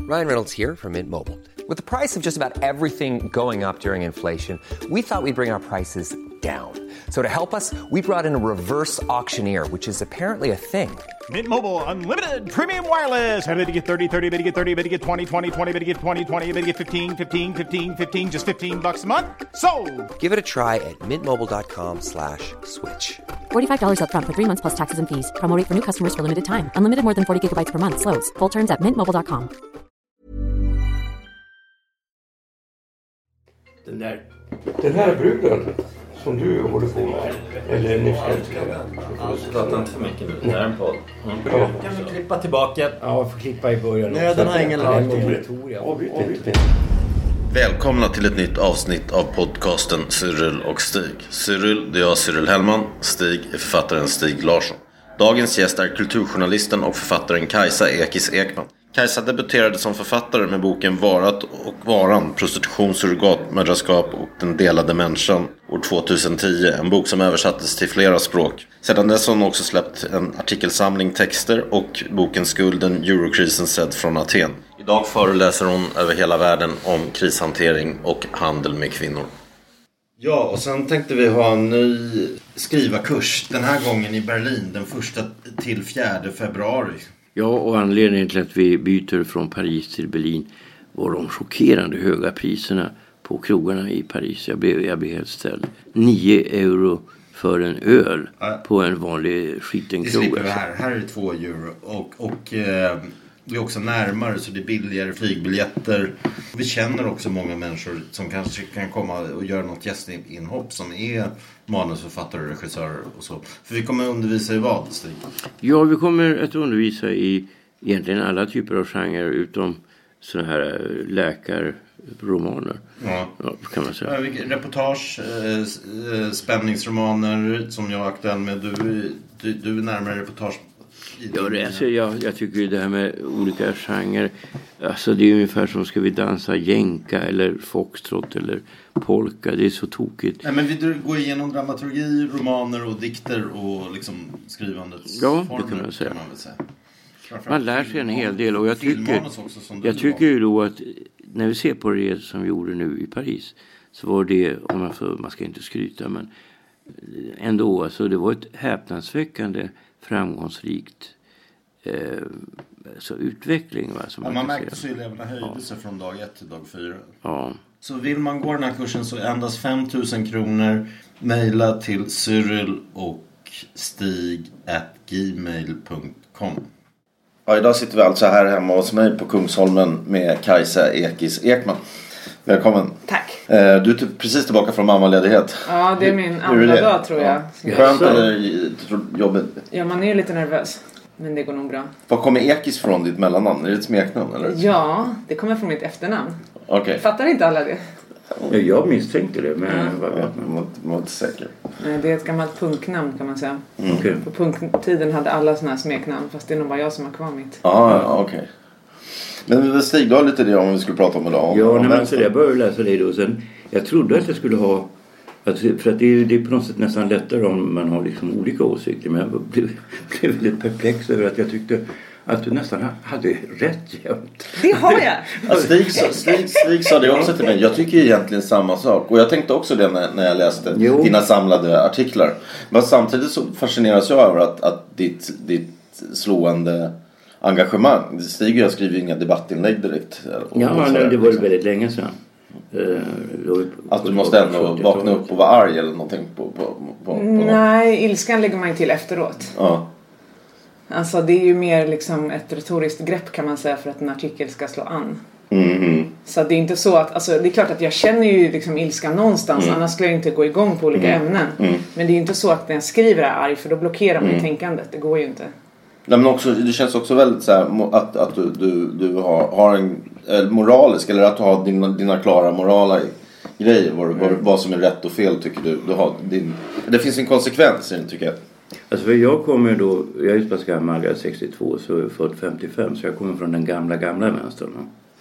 Ryan Reynolds here from Mint Mobile. With the price of just about everything going up during inflation, we thought we'd bring our prices down. So to help us, we brought in a reverse auctioneer, which is apparently a thing. Mint Mobile Unlimited Premium Wireless. How to get 30, 30, bit to get 30, bit to get 20, 20, 20, bit to get 20, 20, bit to get 15, 15, 15, 15, just $15 a month? Sold! Give it a try at mintmobile.com/switch. $45 up front for 3 months plus taxes and fees. Promo rate for new customers for limited time. Unlimited more than 40 gigabytes per month. Slows full terms at mintmobile.com. Den här bruden som du håller på med, eller ni ska prata inte för mycket nu, det här är en podd. Kan vi klippa tillbaka? Ja, vi får klippa i början. Nej, den har ingen Välkomna till ett nytt avsnitt av podcasten Cyril och Stig. Cyril, det är jag, Cyril Hellman. Stig är författaren Stig Larsson. Dagens gäst är kulturjournalisten och författaren Kajsa Ekis Ekman. Kajsa debuterade som författare med boken Varat och varan, prostitution, surrogatmödraskap och den delade människan år 2010. En bok som översattes till flera språk. Sedan dess har hon också släppt en artikelsamling texter och boken Skulden, Eurokrisen sedd från Aten. Idag föreläser hon över hela världen om krishantering och handel med kvinnor. Ja, och sen tänkte vi ha en ny skrivarkurs. Den här gången i Berlin, den 1-4 februari. Ja, och anledningen till att vi byter från Paris till Berlin var de chockerande höga priserna på krogarna i Paris. Jag blev helt ställd. 9 euro för en öl på en vanlig skitenkrog. Det slipper vi här. Här är det 2 euro. Och det är också närmare, så det är billigare flygbiljetter. Vi känner också många människor som kanske kan komma och göra något gästinhopp som är manusförfattare och regissörer och så. För vi kommer undervisa i vad, Stig? Ja, vi kommer att undervisa i egentligen alla typer av genrer utom sådana här läkarromaner. Ja, kan man säga. Reportage, spänningsromaner som jag är aktuell med. Du är närmare reportage. Ja, alltså, jag tycker ju det här med olika genrer, alltså det är ungefär som ska vi dansa jänka eller foxtrot eller polka, det är så tokigt. Nej, men vi går igenom dramaturgi, romaner och dikter och liksom skrivandets former, det kan man säga. Kan man väl säga. Man lär sig en hel del, och jag tycker ju då att när vi ser på det som vi gjorde nu i Paris, så var det, om man ska inte skryta, men ändå, alltså det var ett häpnadsväckande framgångsrikt så utveckling, va, som man märkte så eleverna höjde sig från dag 1 till dag 4. Ja. Så vill man gå den här kursen så endast 5 000 kronor. Maila till Cyril och stig@gmail.com. Ja, idag sitter vi alltså här hemma hos mig på Kungsholmen med Kajsa Ekis Ekman. Välkommen. Tack. Du är precis tillbaka från mammaledighet. Ja, det är min andra dag tror jag. Skönt eller jobbigt? Ja, man är ju lite nervös. Men det går nog bra. Var kommer Ekis från, ditt mellannamn? Är det ett smeknamn eller? Ja, det kommer från mitt efternamn. Okej. Fattar inte alla det? Ja, jag misstänkte det, men jag var inte säker. Det är ett gammalt punknamn kan man säga. Okay. På punktiden hade alla såna här smeknamn, fast det är nog bara jag som har kvar mitt. Okej. Men Stig, du har lite det om vi skulle prata om idag. Ja, men alltså, jag började läsa det då. Sen, jag trodde att jag skulle ha... för att det är på något sätt nästan lättare om man har liksom olika åsikter. Men jag blev väldigt perplex över att jag tyckte att du nästan hade rätt jämt. Det har jag! Ja, Stig sa det också till mig. Jag tycker egentligen samma sak. Och jag tänkte också det när jag läste dina samlade artiklar. Men samtidigt så fascineras jag över att ditt slående engagemang. Stig och jag skriver inga debattinlägg direkt. Ja, men det var väldigt länge sedan. Att du måste ändå vakna upp och vara arg eller någonting på Nej, ilskan lägger man ju till efteråt. Ja. Alltså det är ju mer liksom ett retoriskt grepp kan man säga för att en artikel ska slå an. Så det är inte så att, alltså det är klart att jag känner ju liksom ilskan någonstans, annars skulle jag inte gå igång på olika ämnen. Men det är inte så att när jag skriver är arg, för då blockerar man tänkandet, det går ju inte. Nej, men också, det känns också väldigt så här, att du har en moralisk, eller att du har dina klara morala grejer, vad som är rätt och fel tycker du har det finns en konsekvens i den, tycker jag. Alltså för jag kommer då, jag är så pass gammal, jag är 62, så jag är född 55, så jag kommer från den gamla vänstern.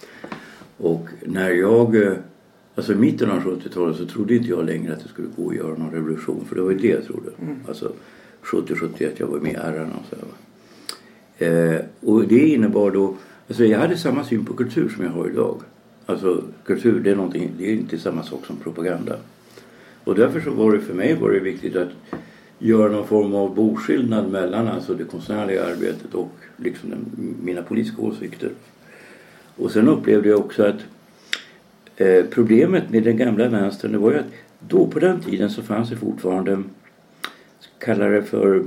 Och när alltså i mitten av 70-talet så trodde inte jag längre att det skulle gå att göra någon revolution, för det var ju det jag trodde. Alltså 70-71, jag var med i ärarna och så här. Och det innebar då Alltså jag hade samma syn på kultur som jag har idag. Alltså kultur, det är inte samma sak som propaganda. Och därför så var det för mig viktigt att göra någon form av boskillnad mellan alltså det konstnärliga arbetet och liksom mina politiska åsikter. Och sen upplevde jag också att problemet med den gamla vänstern, det var ju att då på den tiden så fanns det fortfarande, kallar det för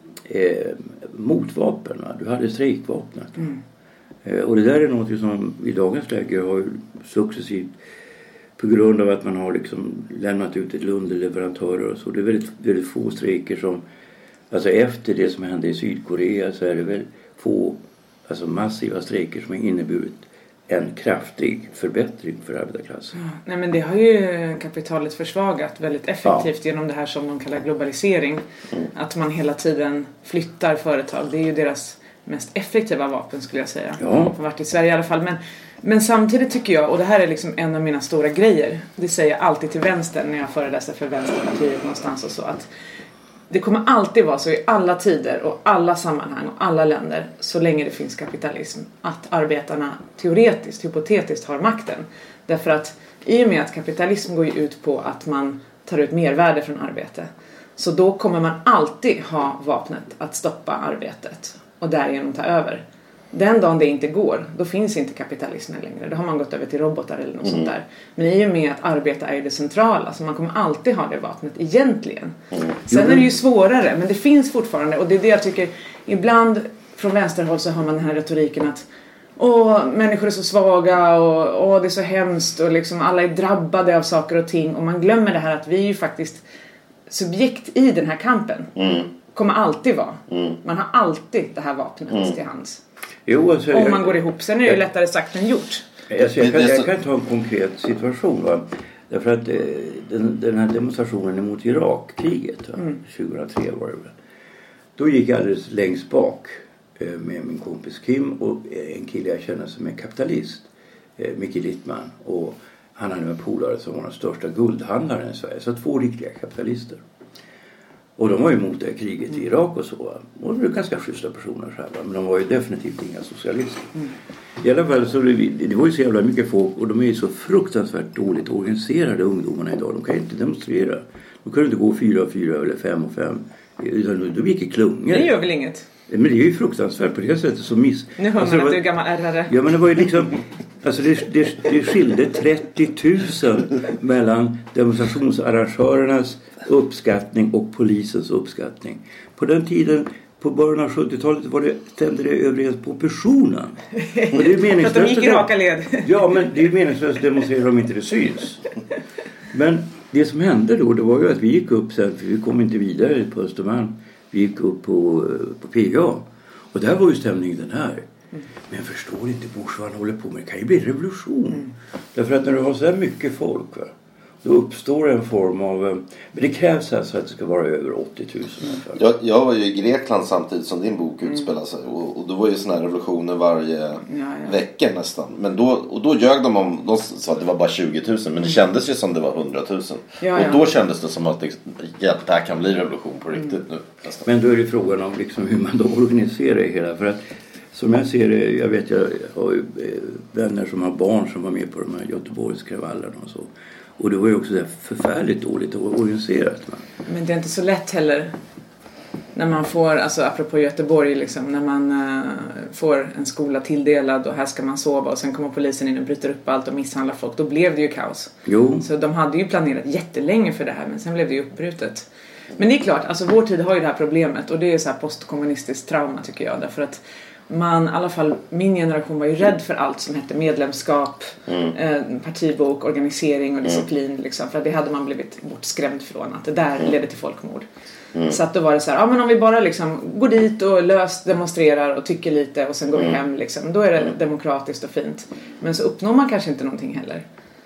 motvapen. Va? Du hade strejkvapnet. Och det där är något som i dagens läge har successivt, på grund av att man har liksom lämnat ut ett underleverantörer och så. Det är väldigt, väldigt få strejker som, alltså efter det som hände i Sydkorea så är det väl få, alltså massiva strejker som har inneburit en kraftig förbättring för arbetarklassen. Ja, nej men det har ju kapitalet försvagat väldigt effektivt genom det här som de kallar globalisering. Att man hela tiden flyttar företag. Det är ju deras mest effektiva vapen skulle jag säga. Ja. Har varit i Sverige i alla fall. Men samtidigt tycker jag, och det här är liksom en av mina stora grejer. Det säger jag alltid till vänster när jag föreläser för Vänsterpartiet någonstans och så. Att det kommer alltid vara så i alla tider och alla sammanhang och alla länder, så länge det finns kapitalism, att arbetarna teoretiskt, hypotetiskt har makten. Därför att i och med att kapitalism går ju ut på att man tar ut mervärde från arbete, så då kommer man alltid ha vapnet att stoppa arbetet och därigenom ta över. Den dagen det inte går, då finns inte kapitalismen längre. Då har man gått över till robotar eller något sånt där. Men i och med att arbeta är det centrala, så man kommer alltid ha det vapnet egentligen. Sen är det ju svårare, men det finns fortfarande. Och det är det jag tycker, ibland från vänsterhåll så har man den här retoriken att människor är så svaga och det är så hemskt och liksom alla är drabbade av saker och ting. Och man glömmer det här att vi är ju faktiskt subjekt i den här kampen. Kommer alltid vara. Man har alltid det här vapnet till hands. Jo, alltså, om man går ihop. Sen är det ju lättare sagt än gjort. Alltså, jag kan ta en konkret situation. Va? Därför att den här demonstrationen emot Irakkriget 2003 var det. Då gick jag alldeles längst bak med min kompis Kim och en kille jag känner som är kapitalist, Micke Littman. Och han hade med polare som var den största guldhandlaren i Sverige. Så 2 riktiga kapitalister. Och de var ju emot det kriget i Irak och så. Och det var ganska schyssta personer så här, men de var ju definitivt inga socialister. I alla fall så det var ju så jävla mycket folk, och de är ju så fruktansvärt dåligt organiserade ungdomarna idag. De kan ju inte demonstrera. De kan inte gå 4-4 eller 5-5. De gick i klungor. Det gör väl inget? Men det är ju fruktansvärt på det sättet så Nu hör man att du är gammal ärrare. Ja, men det var ju liksom, alltså det skilde 30 000 mellan demonstrationsarrangörernas uppskattning och polisens uppskattning. På den tiden, på början av 70-talet, stämde det överens på personen. Och det är meningslöst. Att de gick i raka led. Ja, men det är meningslöst att demonstrera om inte det syns. Men det som hände då, det var ju att vi gick upp sen, för vi kom inte vidare på Östermalm. Vi gick upp på PGA. Och där var ju stämningen den här. Men jag förstår inte Bush vad han håller på med. Det kan ju bli revolution. Därför att när du har så här mycket folk, va, då uppstår en form av... Men det krävs alltså att det ska vara över 80 000. Jag var ju i Grekland samtidigt som din bok utspelade sig. Och då var ju såna här revolutioner varje vecka nästan. Men då ljög de sa att det var bara 20 000. Men det kändes ju som det var 100 000. Och då kändes det som att det här kan bli revolution på riktigt nu. Nästan. Men då är det frågan om liksom hur man då organiserar det hela. För att som jag ser det, jag har ju vänner som har barn som var med på de här Göteborgskravallerna och så. Och det var ju också där förfärligt dåligt organiserat. Men det är inte så lätt heller. När man får, alltså apropå Göteborg liksom, när man får en skola tilldelad och här ska man sova och sen kommer polisen in och bryter upp allt och misshandlar folk. Då blev det ju kaos. Jo. Så de hade ju planerat jättelänge för det här, men sen blev det ju uppbrutet. Men det är klart, alltså vår tid har ju det här problemet och det är så här postkommunistiskt trauma tycker jag. Därför att man, i alla fall min generation var ju rädd för allt som hette medlemskap, partibok, organisering och disciplin liksom, för att det hade man blivit bortskrämd från att det där ledde till folkmord. Så att då var det så här, men om vi bara liksom går dit och löst demonstrerar och tycker lite och sen går vi hem liksom, då är det demokratiskt och fint. Men så uppnår man kanske inte någonting heller.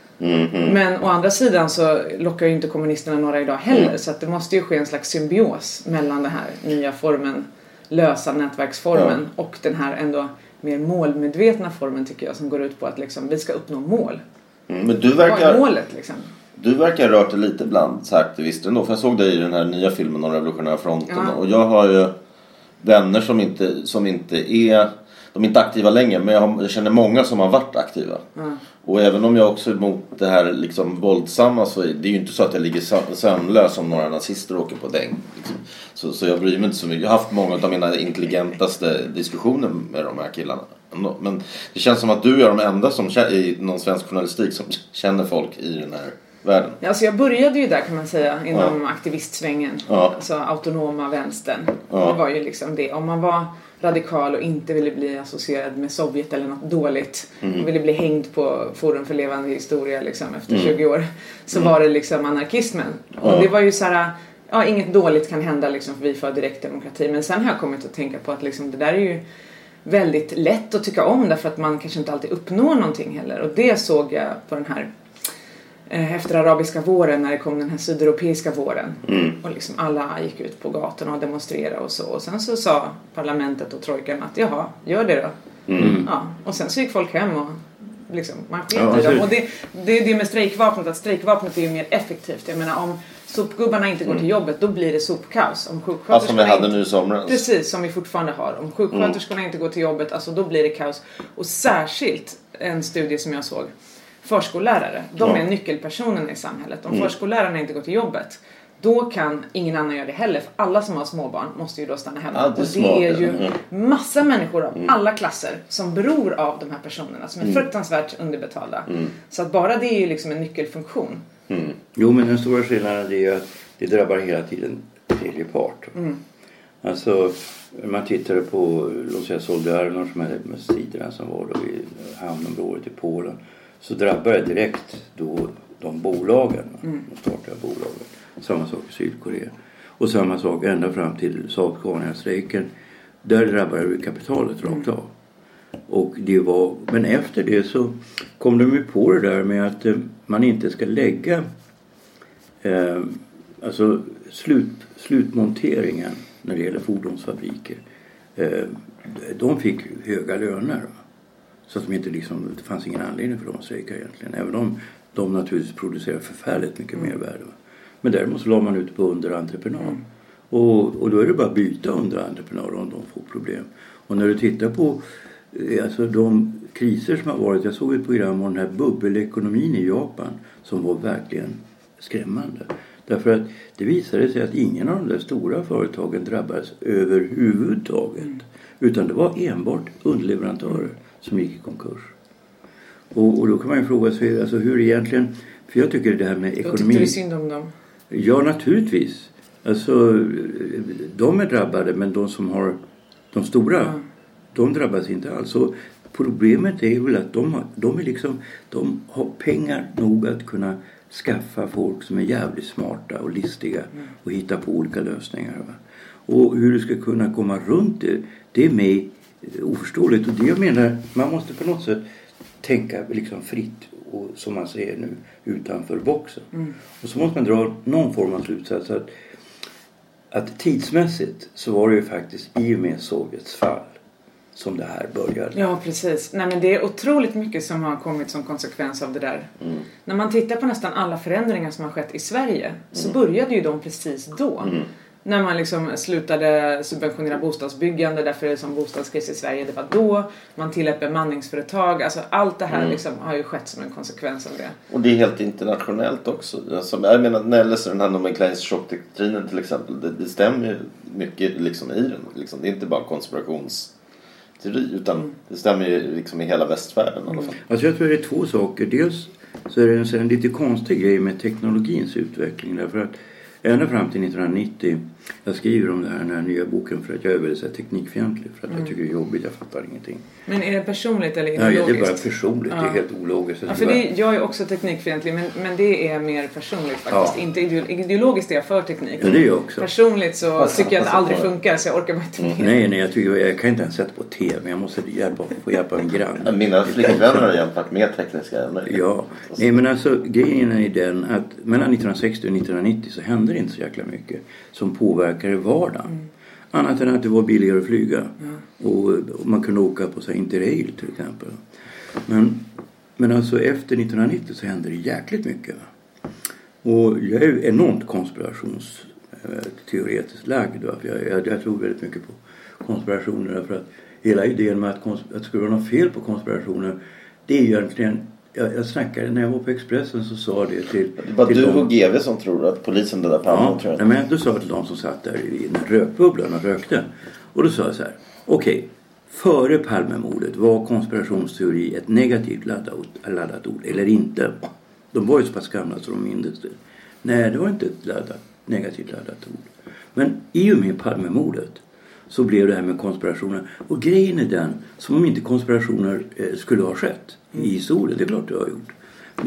Men å andra sidan så lockar ju inte kommunisterna några idag heller, så att det måste ju ske en slags symbios mellan den här nya formen, lösa nätverksformen och den här ändå mer målmedvetna formen tycker jag, som går ut på att liksom, vi ska uppnå mål. Men du vad är målet liksom? Du verkar rört dig lite bland så aktivister ändå, för jag såg dig i den här nya filmen om revolutionära fronten och jag har ju vänner som inte är, de är inte aktiva längre, men jag känner många som har varit aktiva. Och även om jag också är emot det här liksom våldsamma, så är det ju inte så att jag ligger sömnlös om några nazister åker på däng. Liksom. Så jag bryr mig inte så mycket. Jag har haft många av mina intelligentaste diskussioner med de här killarna. Men det känns som att du är de enda som i någon svensk journalistik som känner folk i den här världen. Ja, alltså jag började ju där kan man säga inom aktivistsvängen. Alltså autonoma vänstern. Det var ju liksom det. Om man var radikal och inte ville bli associerad med Sovjet eller något dåligt. Och ville bli hängd på Forum för levande historia liksom, efter 20 år. Så var det liksom anarkismen. Och det var ju så här... Ja, inget dåligt kan hända liksom, för vi får direktdemokrati. Men sen har jag kommit att tänka på att liksom, det där är ju väldigt lätt att tycka om. Därför att man kanske inte alltid uppnår någonting heller. Och det såg jag på den här... efter arabiska våren, när det kom den här sydeuropeiska våren. Och liksom alla gick ut på gatorna och demonstrerade och så. Och sen så sa parlamentet och trojkan att jaha, gör det då. Ja. Och sen så gick folk hem och liksom, man skiter i dem. Och det är det med strejkvapnet, att strejkvapnet är ju mer effektivt. Jag menar, om sopgubbarna inte går till jobbet, då blir det sopkaos. Om sjuksköterskorna som vi hade nu i somras. Precis, som vi fortfarande har. Om sjuksköterskorna inte går till jobbet, alltså då blir det kaos. Och särskilt en studie som jag såg. Förskollärare, de är nyckelpersonerna i samhället. Om förskollärarna inte går till jobbet, då kan ingen annan göra det heller. För alla som har småbarn måste ju då stanna hemma. Och det är ju massa människor av alla klasser som beror av de här personerna. Som är fruktansvärt underbetalda. Så att bara det är ju liksom en nyckelfunktion. Jo, men den stora skillnaden är att det drabbar hela tiden tredje part. Alltså, man tittade på, låt säga, Soldiarno, som är med sidorna som var då i hamnområdet i Polen. Så drabbar det direkt då de bolagen, de statliga bolagen. Samma sak i Sydkorea. Och samma sak ända fram till Saab-Scania-strejken. Där drabbar det kapitalet rakt av. Och det var, men efter det så kom de ju på det där med att man inte ska lägga alltså slutmonteringen när det gäller fordonsfabriker. De fick höga löner. Så att de inte liksom, det fanns ingen anledning för dem att strejka egentligen. Även om de naturligtvis producerar förfärligt mycket mer värde. Men däremot så la man ut på underentreprenad. Och då är det bara att byta underentreprenad om de får problem. Och när du tittar på alltså de kriser som har varit. Jag såg ett program om den här bubbelekonomin i Japan som var verkligen skrämmande. Därför att det visade sig att ingen av de där stora företagen drabbades överhuvudtaget. Utan det var enbart underleverantörer som gick i konkurs. Och då kan man ju fråga sig alltså hur egentligen, för jag tycker det här med ekonomi. Tycker du synd om dem? Ja, naturligtvis. Alltså de är drabbade, men de som har de stora, de drabbas inte alls. Så problemet är väl att de har pengar nog att kunna skaffa folk som är jävligt smarta och listiga och hitta på olika lösningar. Va? Och hur du ska kunna komma runt det är mig oförståeligt. Och det jag menar, man måste på något sätt tänka liksom fritt och som man säger nu utanför boxen. Och så måste man dra någon form av slutsats att tidsmässigt så var det ju faktiskt i och med Sovjets fall som det här började. Ja, precis. Nej, men det är otroligt mycket som har kommit som konsekvens av det där. När man tittar på nästan alla förändringar som har skett i Sverige så började ju de precis då. När man liksom slutade subventionera bostadsbyggande därför det är som bostadskris i Sverige, det var då. Man tillät bemanningsföretag. Alltså allt det här liksom har ju skett som en konsekvens av det. Och det är helt internationellt också. Alltså, jag menar, när jag läser den här nomenklaturshochdoktrinen till exempel, det stämmer ju mycket liksom i den. Liksom, det är inte bara konspirationsteori utan det stämmer ju liksom i hela västvärlden i alla fall. Alltså jag tror det är två saker. Dels så är det en lite konstig grej med teknologins utveckling därför att ända fram till 1990, jag skriver om det här, den här nya boken för att jag är väldigt så teknikfientlig för att jag tycker det är jobbigt, jag fattar ingenting. Men är det personligt eller ideologiskt? Nej, det är bara personligt, det är helt ologiskt. Ja, för jag är också teknikfientlig men det är mer personligt faktiskt. Inte ideologiskt är jag för teknik. Ja, det är jag också. Personligt så tycker jag att det aldrig funkar så jag orkar bara inte mer. Nej, jag kan inte ens sätta på tv, jag måste få hjälpa en grann. Mina flickvänner har hjälpt mer tekniska än mig. Ja, nej men alltså grejen är den att mellan 1960 och 1990 så hände det inte så jäkla mycket som påverkar vardagen. Annat än att det var billigare att flyga. Och man kunde åka på så Interrail till exempel. Men alltså efter 1990 så hände det jäkligt mycket. Och jag är enormt konspirationsteoretiskt lagd. Jag tror väldigt mycket på konspirationer. Därför att hela idén med att det skulle vara något fel på konspirationer, det är egentligen, jag snackade när jag var på Expressen så sa det till... Det var du och GV som tror att polisen dödade Palme, tror jag. Men då sa jag till de som satt där i den rökbubblan och rökte. Och då sa jag så här, okej, före Palmemordet var konspirationsteori ett negativt laddat ord eller inte? De var ju så pass gamla så de mindes det. Nej, det var inte ett negativt laddat ord. Men i och med Palmemordet så blev det här med konspirationer. Och grejen är den, som om inte konspirationer skulle ha skett i historien. Det är klart det har gjort.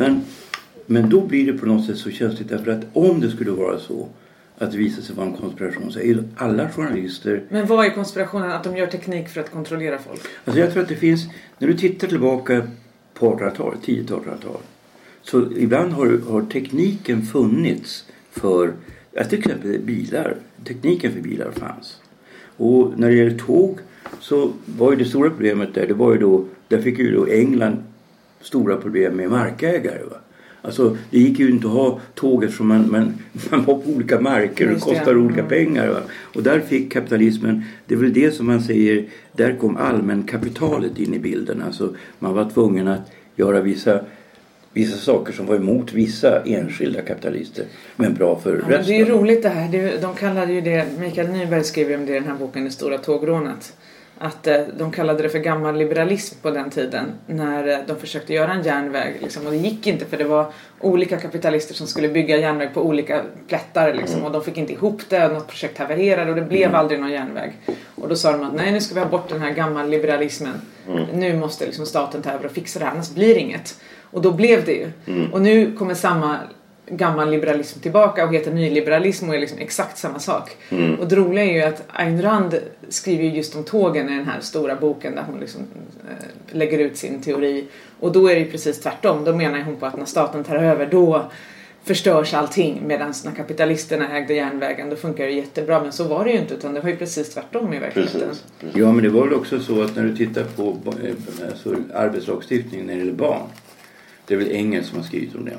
Men då blir det på något sätt så känsligt. Därför att om det skulle vara så att det visar sig vara en konspiration, så är det alla journalister... Men vad är konspirationen? Att de gör teknik för att kontrollera folk? Alltså jag tror att det finns... När du tittar tillbaka på 1800-talet, 10-1800-talet, så ibland har tekniken funnits för... Till exempel bilar. Tekniken för bilar fanns. Och när det gäller tåg så var ju det stora problemet där, det var ju då, där fick ju då England stora problem med markägare, va? Alltså det gick ju inte att ha tåget som man var på olika marker och det kostade olika pengar, va? Och där fick kapitalismen, det är väl det som man säger, där kom allmän kapitalet in i bilden. Alltså man var tvungen att göra vissa saker som var emot vissa enskilda kapitalister, men bra för resten. Det är ju roligt det här. De kallade ju det, Mikael Nyberg skrev om det i den här boken, Det stora tågrånet, att de kallade det för gammal liberalism på den tiden när de försökte göra en järnväg liksom, och det gick inte för det var olika kapitalister som skulle bygga järnväg på olika plättar liksom, och de fick inte ihop det och något projekt havererade och det blev aldrig någon järnväg. Och då sa de att nej, nu ska vi ha bort den här gammal liberalismen. Nu måste liksom staten ta över och fixa det här, annars blir det inget. Och då blev det ju. Och nu kommer samma gammal liberalism tillbaka och heter nyliberalism och är liksom exakt samma sak. Och det roliga är ju att Ayn Rand skriver ju just om tågen i den här stora boken där hon liksom lägger ut sin teori. Och då är det ju precis tvärtom. Då menar hon på att när staten tar över då förstörs allting, medan när kapitalisterna ägde järnvägen då funkar det jättebra, men så var det ju inte, utan det var ju precis tvärtom i verkligheten. Precis. Ja, men det var väl också så att när du tittar på alltså, arbetslagstiftningen när det gäller barn, det är väl Engels som har skrivit om det,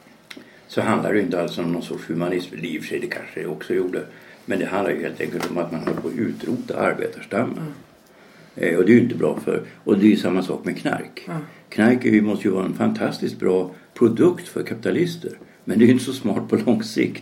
så handlar det ju inte alls om någon sorts humanism, liv sig det kanske det också gjorde, men det handlar ju helt enkelt om att man håller på att utrota arbetarstammen. Och det är ju inte bra för, och det är ju samma sak med knark. Knark måste ju vara en fantastiskt bra produkt för kapitalister, men det är ju inte så smart på lång sikt.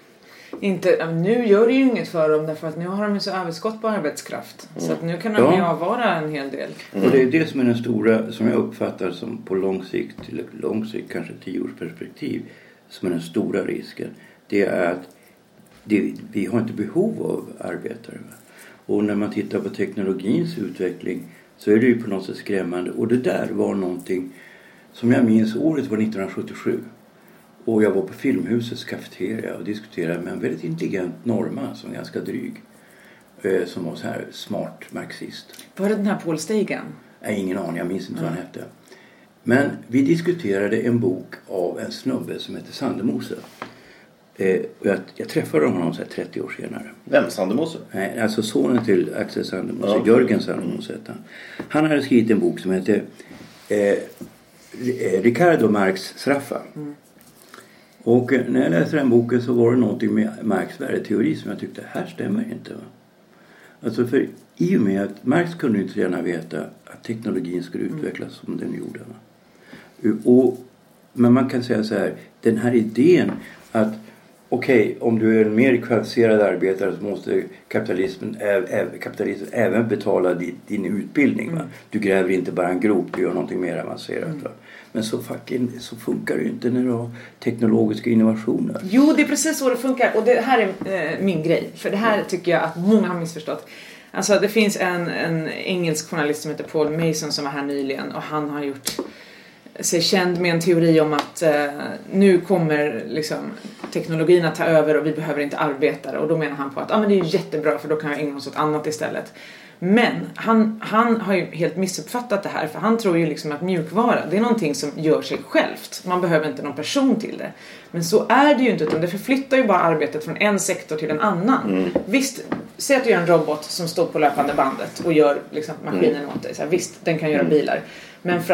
Nu gör det ju inget för dem, därför att nu har de ju så överskott på arbetskraft. Så att nu kan de ju avvara en hel del. Och det är det som är den stora, som jag uppfattar som på lång sikt kanske 10-årsperspektiv, som är den stora risken. Det är att vi har inte behov av arbetare. Och när man tittar på teknologins utveckling så är det ju på något sätt skrämmande. Och det där var någonting som jag minns, året var 1977. Och jag var på Filmhusets kafeteria och diskuterade med en väldigt intelligent norrman som var ganska dryg. Som var så här smart marxist. Var det den här Paul Stegen? Nej, ingen aning, jag minns inte vad han hette. Men vi diskuterade en bok av en snubbe som heter Sandemose. Och jag träffade honom så här 30 år senare. Vem? Sandemose? Nej, alltså sonen till Axel Sandemose, Jörgen Sandemose. Han hade skrivit en bok som heter Ricardo Marx straffa. Och när jag läste den boken så var det någonting med Marx värdeteori som jag tyckte, här stämmer inte, va? Alltså för i och med att Marx kunde inte gärna veta att teknologin skulle utvecklas som den gjorde, va? Men man kan säga så här, den här idén att okej, om du är en mer kvalificerad arbetare så måste kapitalismen även betala din utbildning, va? Du gräver inte bara en grop, du gör någonting mer avancerat, va? Men så funkar det ju inte när du har teknologiska innovationer. Jo, det är precis så det funkar. Och det här är min grej. För det här tycker jag att många har missförstått. Alltså det finns en engelsk journalist som heter Paul Mason som var här nyligen. Och han har gjort sig känd med en teori om att nu kommer liksom teknologin att ta över och vi behöver inte arbetare. Och då menar han på att men det är jättebra för då kan jag ägna oss åt annat istället. Men han har ju helt missuppfattat det här, för han tror ju liksom att mjukvara, det är någonting som gör sig självt. Man behöver inte någon person till det. Men så är det ju inte, utan det förflyttar ju bara arbetet från en sektor till en annan. Visst, säg att du gör en robot som står på löpande bandet och gör liksom maskinen åt dig. Så här, visst, den kan göra bilar. Men för att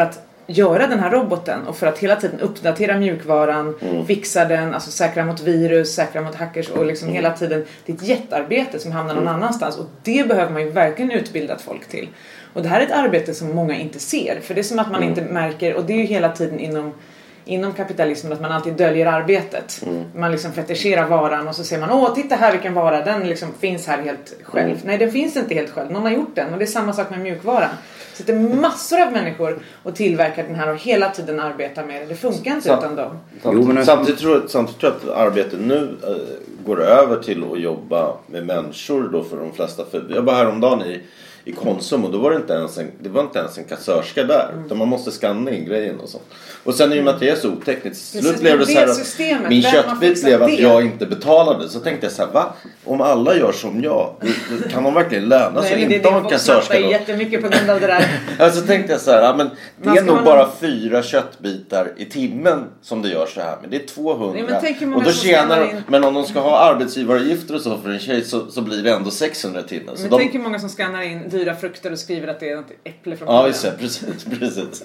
göra den här roboten och för att hela tiden uppdatera mjukvaran, fixa den, alltså säkra mot virus, säkra mot hackers och liksom hela tiden, det är ett jättearbete som hamnar någon annanstans och det behöver man ju verkligen utbildat folk till. Och det här är ett arbete som många inte ser, för det är som att man inte märker, och det är ju hela tiden inom kapitalismen att man alltid döljer arbetet. Man liksom fetischerar varan och så ser man, titta här vilken vara, den liksom finns här helt själv. Nej, den finns inte helt själv, någon har gjort den och det är samma sak med mjukvaran. Så det är massor av människor och tillverkar den här och hela tiden arbetar med det. Det funkar inte utan dem. Samtidigt tror jag att arbetet nu går över till att jobba med människor då för de flesta. För jag var häromdagen i Konsum och då var det var inte ens en kassörska där. Utan man måste skanna in grejen och sånt. Och sen i och med att det är så otekniskt. Slut blev det så här att min köttbit blev att jag inte betalade. Så tänkte jag så här, va? Om alla gör som jag, då kan de verkligen löna sig inte ha en kassörska då? Nej, det är jättemycket på grund av det där. Alltså tänkte jag så här, men det är nog bara 4 köttbitar i timmen som det gör så här. Men det är 200. Nej, och då tjänar men om de ska ha arbetsgivaravgifter och så för en tjej så blir det ändå 600 timmen. Men tänk hur många som skannar in dyra frukter och skriver att det är något äpple från början. Ja, precis.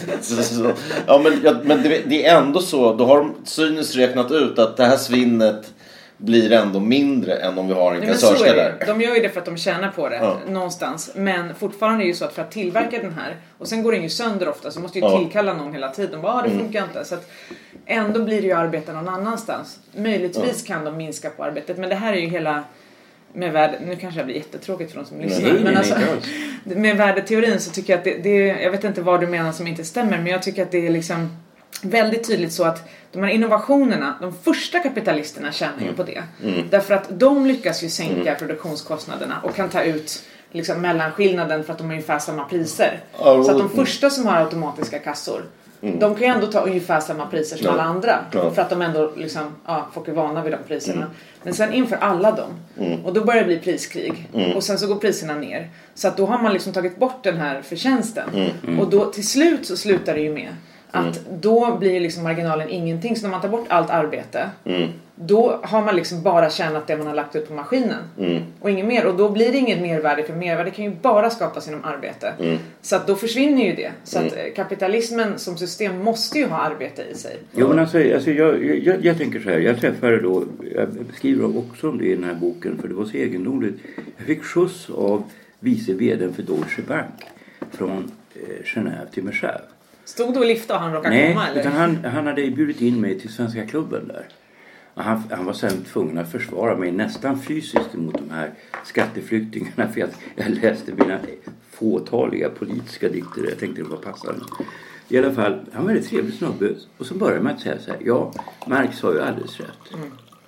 Ja, men det är ändå så, då har de cyniskt räknat ut att det här svinnet blir ändå mindre än om vi har en kassörska där. De gör ju det för att de tjänar på det någonstans. Men fortfarande är det ju så att för att tillverka den här, och sen går den ju sönder ofta, så måste ju tillkalla någon hela tiden. Bara, det funkar inte. Så att ändå blir det ju arbete någon annanstans. Möjligtvis kan de minska på arbetet, men det här är ju hela med nu kanske det blir jättetråkigt för de som lyssnar. Men alltså, med värdeteorin så tycker jag att det jag vet inte vad du menar som inte stämmer, men jag tycker att det är liksom väldigt tydligt så att de här innovationerna, de första kapitalisterna tjänar ju på det. Därför att de lyckas ju sänka produktionskostnaderna och kan ta ut liksom mellanskillnaden för att de har ungefär samma priser. Så att de första som har automatiska kassor, de kan ju ändå ta ungefär samma priser som alla andra. För att de ändå liksom, folk är vana vid de priserna. Men sen inför alla dem. Och då börjar det bli priskrig. Och sen så går priserna ner. Så att då har man liksom tagit bort den här förtjänsten. Och då till slut så slutar det ju med att då blir liksom marginalen ingenting. Så när man tar bort allt arbete, då har man liksom bara tjänat det man har lagt ut på maskinen. Och inget mer. Och då blir det inget mervärde, för mervärde kan ju bara skapas genom arbete. Så att då försvinner ju det. Så att kapitalismen som system måste ju ha arbete i sig. Jo, men alltså jag tänker så här. Jag träffade då, jag skriver också om det i den här boken, för det var så egendomligt. Jag fick skjuts av vice vd:n för Deutsche Bank från Genève till Mersev. Stod du och lyfte och han råkade komma? Nej, utan han hade bjudit in mig till Svenska klubben där. Och han var sen tvungen att försvara mig nästan fysiskt mot de här skatteflyktingarna. För att jag läste mina fåtaliga politiska dikter. Jag tänkte det var passande. I alla fall, han var väldigt trevlig snubbe. Och så började man att säga så här. Ja, Marx har ju alldeles rätt.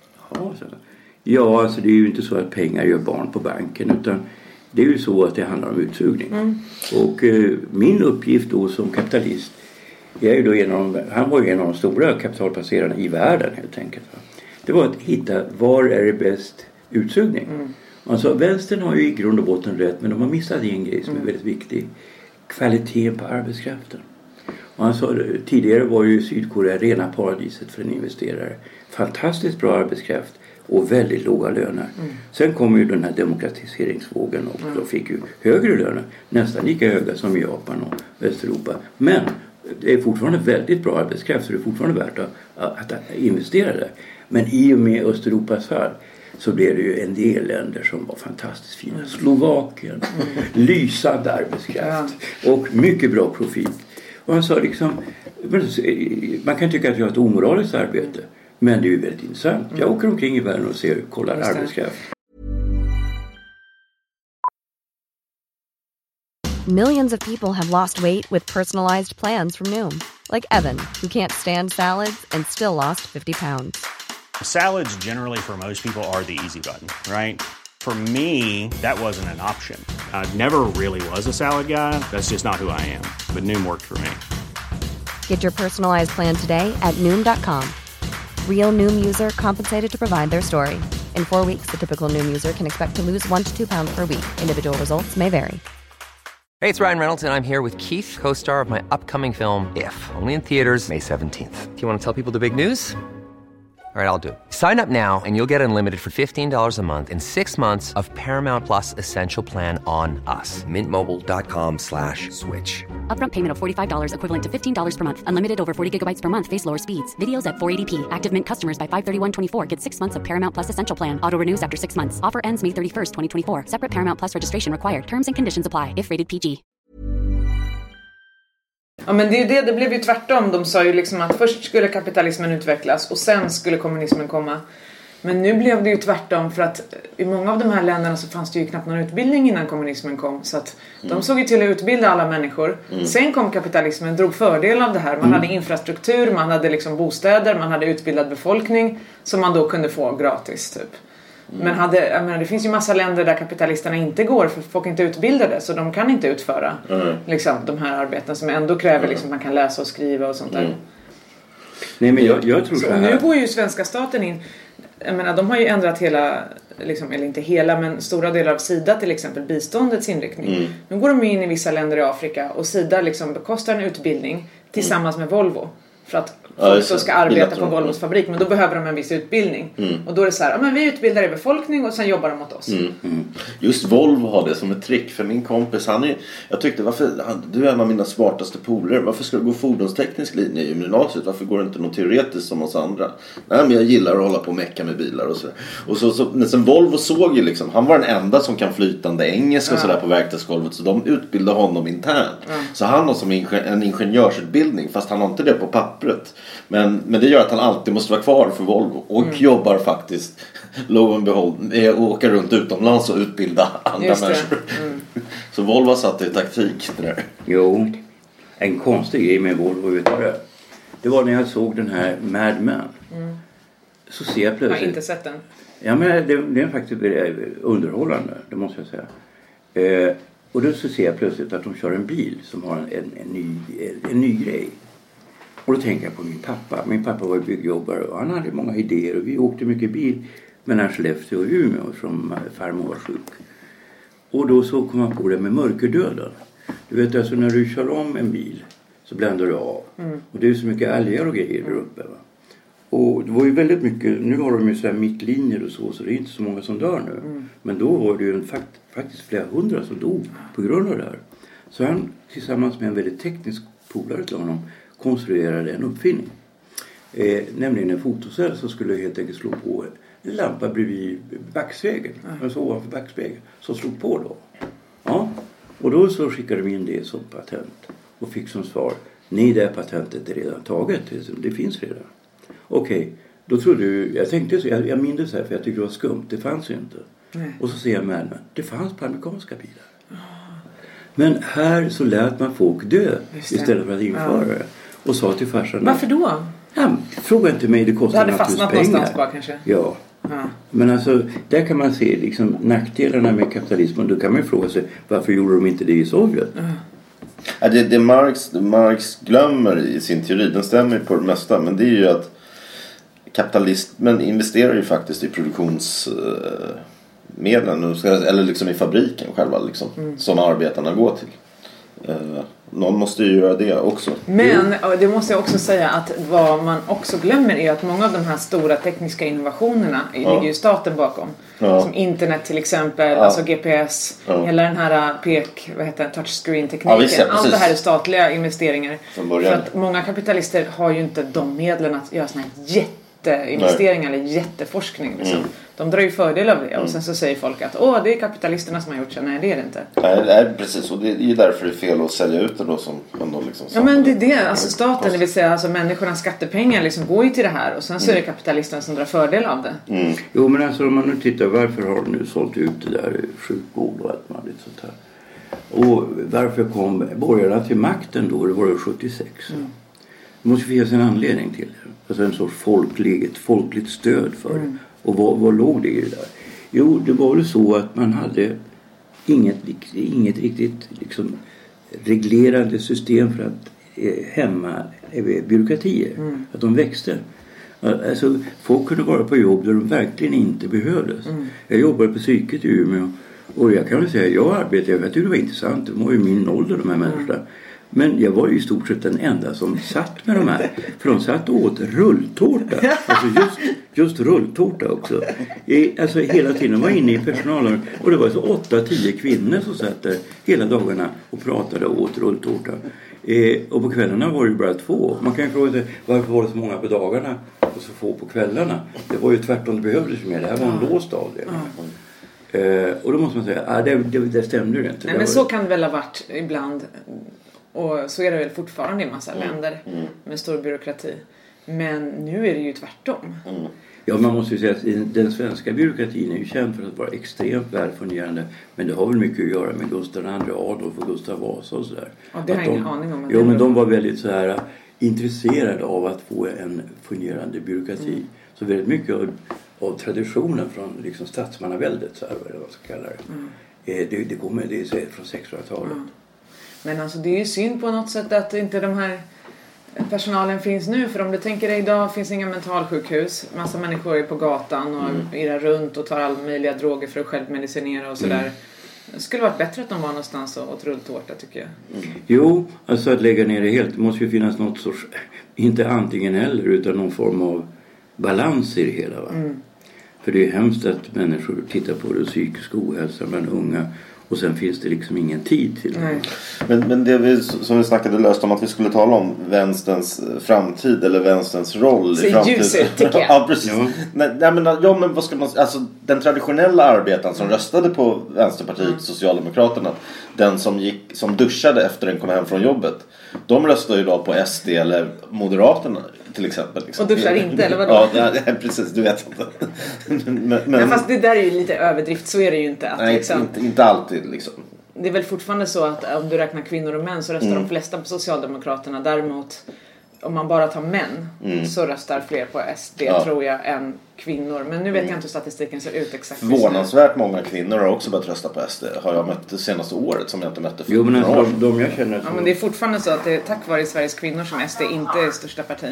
Ja, alltså det är ju inte så att pengar gör barn på banken. Utan det är ju så att det handlar om utsugning. Och min uppgift då som kapitalist är ju då han var ju en av de stora kapitalplacerarna i världen helt enkelt. Det var att hitta var är det bäst utsugning. Alltså vänstern har ju i grund och botten rätt, men de har missat en grej som är väldigt viktig. Kvaliteten på arbetskraften. Och han sa, tidigare var ju Sydkorea rena paradiset för en investerare. Fantastiskt bra arbetskraft och väldigt låga löner. Sen kom ju den här demokratiseringsvågen och de fick ju högre löner. Nästan lika höga som i Japan och Västeuropa. Men det är fortfarande väldigt bra arbetskraft, så det är fortfarande värt att investera där. Men i och med Östeuropas fall så blev det ju en del länder som var fantastiskt fina. Slovakien, lysande arbetskraft och mycket bra profil. Och han sa liksom, man kan tycka att vi har ett omoraliskt arbete. Men det är ju väldigt intressant. Jag åker omkring i världen och kollar arbetskraft. Millions of people have lost weight with personalized plans from Noom. Like Evan, who can't stand salads and still lost 50 pounds. Salads generally for most people are the easy button, right? For me, that wasn't an option. I never really was a salad guy. That's just not who I am. But Noom worked for me. Get your personalized plan today at Noom.com. Real Noom user compensated to provide their story. In 4 weeks, the typical Noom user can expect to lose 1 to 2 pounds per week. Individual results may vary. Hey, it's Ryan Reynolds, and I'm here with Keith, co-star of my upcoming film, If, only in theaters May 17th. Do you want to tell people the big news? All right, I'll do it. Sign up now and you'll get unlimited for $15 a month and 6 months of Paramount Plus Essential Plan on us. MintMobile.com/switch. Upfront payment of $45 equivalent to $15 per month. Unlimited over 40 gigabytes per month. Face lower speeds. Videos at 480p. Active Mint customers by 531.24 get 6 months of Paramount Plus Essential Plan. Auto renews after 6 months. Offer ends May 31st, 2024. Separate Paramount Plus registration required. Terms and conditions apply if rated PG. Ja, men det blev ju tvärtom. De sa ju liksom att först skulle kapitalismen utvecklas och sen skulle kommunismen komma. Men nu blev det ju tvärtom, för att i många av de här länderna så fanns det ju knappt någon utbildning innan kommunismen kom. Så att de såg ju till att utbilda alla människor. Sen kom kapitalismen, drog fördel av det här. Man hade infrastruktur, man hade liksom bostäder, man hade utbildad befolkning som man då kunde få gratis typ. Men det finns ju massa länder där kapitalisterna inte går, för folk är inte utbildade, så de kan inte utföra liksom, de här arbeten som ändå kräver liksom, att man kan läsa och skriva och sånt där. Nej, men jag tror så här. Nu går ju svenska staten in. Jag menar, de har ju ändrat hela, liksom, eller inte hela, men stora delar av SIDA till exempel, biståndets inriktning. Nu går de in i vissa länder i Afrika och SIDA liksom bekostar en utbildning tillsammans med Volvo. För att folk så ska arbeta på Volvos fabrik. Men då behöver de en viss utbildning. Och då är det så här, men vi utbildar i befolkning och sen jobbar de åt oss. Just Volvo har det som ett trick. För min kompis, jag tyckte, du är en av mina smartaste polare. Varför ska du gå fordonsteknisk linje i gymnasiet? Varför går det inte något teoretiskt som oss andra? Nej, men jag gillar att hålla på och mecka med bilar och så. Och sen Volvo såg ju liksom, han var den enda som kan flytande engelska och sådär på verkstadsgolvet. Så de utbildade honom internt. Så han har som en ingenjörsutbildning, fast han har inte det på pappret. Men det gör att han alltid måste vara kvar för Volvo och jobbar faktiskt, lo and behold, åka runt utomlands och utbilda andra människor. Så Volvo satt i taktik det där. Jo, en konstig grej med Volvo, vet du det var när jag såg den här Mad Men. Så ser jag plötsligt. Jag har inte sett den. Ja, men det är faktiskt underhållande, det måste jag säga. Och då så ser jag plötsligt att de kör en bil som har en ny grej. Och då tänker jag på min pappa. Min pappa var byggjobbare och han hade många idéer. Och vi åkte mycket bil mellan Skellefteå och Umeå som farmor var sjuk. Och då så kom man på det med mörkerdöden. Du vet, alltså när du kör om en bil så bländar du av. Och det är så mycket älgar och grejer där uppe, va. Och det var ju väldigt mycket, nu har de ju så här mittlinjer och så det är inte så många som dör nu. Men då var det ju faktiskt flera hundra som dog på grund av det här. Så han tillsammans med en väldigt teknisk polare till honom konstruerade en uppfinning. Nämligen en fotocell som skulle helt enkelt slå på en lampa bredvid backspegeln. Alltså ovanför backspegeln. Som slog på då. Ja. Och då så skickade de in det som patent. Och fick som svar: nej, det här patentet är redan taget. Det finns redan. Okej. Då trodde jag tänkte så. Jag minns så här för jag tyckte det var skumt. Det fanns ju inte. Nej. Och så ser jag med det fanns på amerikanska bilar. Men här så lät man folk dö istället för att införa det. Och sa till farsan: varför då? Ja, fråga inte mig, det kostar naturligtvis pengar. Det hade fastnat någonstans bara kanske. Ja. Men alltså, där kan man se liksom nackdelarna med kapitalismen. Då kan man ju fråga sig, varför gjorde de inte det i Sovjet? Ja, det Marx glömmer i sin teori, den stämmer på det mesta. Men det är ju att kapitalismen investerar ju faktiskt i produktionsmedlen. Eller liksom i fabriken själva liksom, som arbetarna går till. Någon måste ju göra det också. Men det måste jag också säga att vad man också glömmer är att många av de här stora tekniska innovationerna ligger ju staten bakom. Som internet till exempel, alltså GPS, hela den här touchscreen-tekniken. Allt det här är statliga investeringar. För att många kapitalister har ju inte de medlen att göra såna här jätteinvesteringar eller jätteforskning liksom. De drar ju fördel av det. Och sen så säger folk att det är kapitalisterna som har gjort så. Nej, det är det inte. Nej, precis. Och det är ju därför det är fel att sälja ut det då som ändå liksom. Ja, men det är det. Alltså staten, det vill säga alltså människornas skattepengar liksom går ju till det här. Och sen så är det kapitalisterna som drar fördel av det. Jo, men alltså om man nu tittar, varför har de nu sålt ut det där sjukvård och allt möjligt sånt här? Och varför kom borgarna till makten då? Det var 76. Det måste finnas en anledning till det. Alltså en sorts folkligt stöd för det. Och vad låg det i det där? Jo, det var väl så att man hade inget riktigt liksom reglerande system för att hämma byråkratier. Att de växte. Alltså, folk kunde vara på jobb där de verkligen inte behövdes. Jag jobbade på psyket i Umeå. Och jag kan väl säga, jag tyckte det var intressant. De var ju min ålder, de här människorna. Men jag var ju i stort sett den enda som satt med de här. För de satt och åt rulltårta. Alltså just rulltårta också. Alltså hela tiden var inne i personalen. Och det var så 8-10 kvinnor som satt där hela dagarna och pratade och åt rulltårta. Och på kvällarna var det bara 2. Man kan ju fråga sig varför var det så många på dagarna och så få på kvällarna. Det var ju tvärtom, det behövdes mer. Det här var en låst avdelning. Och då måste man säga, det stämde ju inte. Nej, men så kan det väl ha varit ibland. Och så är det väl fortfarande i en massa länder med stor byråkrati. Men nu är det ju tvärtom. Ja, man måste ju säga att den svenska byråkratin är ju känd för att vara extremt välfungerande. Men det har väl mycket att göra med Gustav II Adolf och Gustav Vasa och sådär. Ja, det har jag ingen aning om. Jo, men de var väldigt så här intresserade av att få en fungerande byråkrati. Så väldigt mycket av traditionen från liksom statsmannaväldet, så här, vad man ska kalla det. Det kommer från 1600-talet. Men alltså det är ju synd på något sätt att inte de här personalen finns nu. För om du tänker dig, idag finns inga mentalsjukhus. Massa människor är på gatan och irrar runt och tar all möjliga droger för att självmedicinera och sådär. Det skulle varit bättre att de var någonstans och åt rulltårta, tycker jag. Jo, alltså att lägga ner det helt. Det måste ju finnas något sorts, inte antingen eller, utan någon form av balans i det hela, va? För det är hemskt att människor tittar på det, psykisk ohälsa bland unga. Och sen finns det liksom ingen tid till det. Men det som vi snackade löst om att vi skulle tala om vänsterns framtid eller vänsterns roll i framtiden. Ljuset, tycker jag. Ja, precis. Men vad ska man, alltså den traditionella arbetaren som röstade på Vänsterpartiet, Socialdemokraterna, den som duschade efter den kom hem från jobbet. De röstar ju då på SD eller Moderaterna till exempel. Liksom. Och duschar inte, eller vadå? Ja, precis, du vet inte. Men fast det där är ju lite överdrift, så är det ju inte. Att, nej, liksom, inte alltid liksom. Det är väl fortfarande så att om du räknar kvinnor och män så röstar de flesta på Socialdemokraterna. Däremot, om man bara tar män så röstar fler på SD, tror jag, än kvinnor. Men nu vet jag inte hur statistiken ser ut exakt. Förvånansvärt många kvinnor har också börjat rösta på SD. Har jag mött det senaste året som jag inte mötte för. Jo, men alltså, de jag känner... Ja, men det är fortfarande så att det är tack vare Sveriges kvinnor som SD inte är största parti.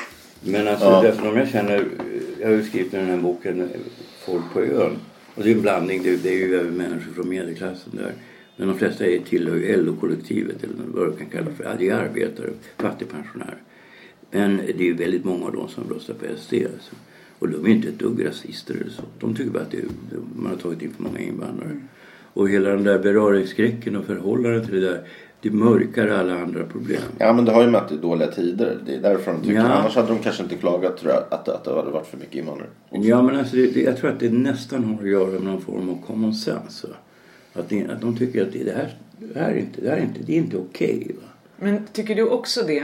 Men alltså, därför de jag känner... Jag har ju skrivit den här boken Folk på ön. Och det är en blandning. Det är ju människor från medelklassen där. Men de flesta tillhör ju LO-kollektivet, eller vad du kan kalla för. Det är arbetare, fattigpensionärer. Men det är ju väldigt många av dem som röstar på SD. Alltså. Och de är inte ett dugg rasister eller så. De tycker bara att man har tagit in för många invandrare. Och hela den där beröringsskräcken och förhållandet till det där, det mörkar alla andra problem. Ja, men det har ju mött i dåliga tider. Det är därför de tycker. Annars hade de kanske inte klagat, tror jag, att det hade varit för mycket invandrare. Ja, men alltså jag tror att det nästan har att göra med någon form av common sense. Att de tycker att det är inte okej, va? Men tycker du också det?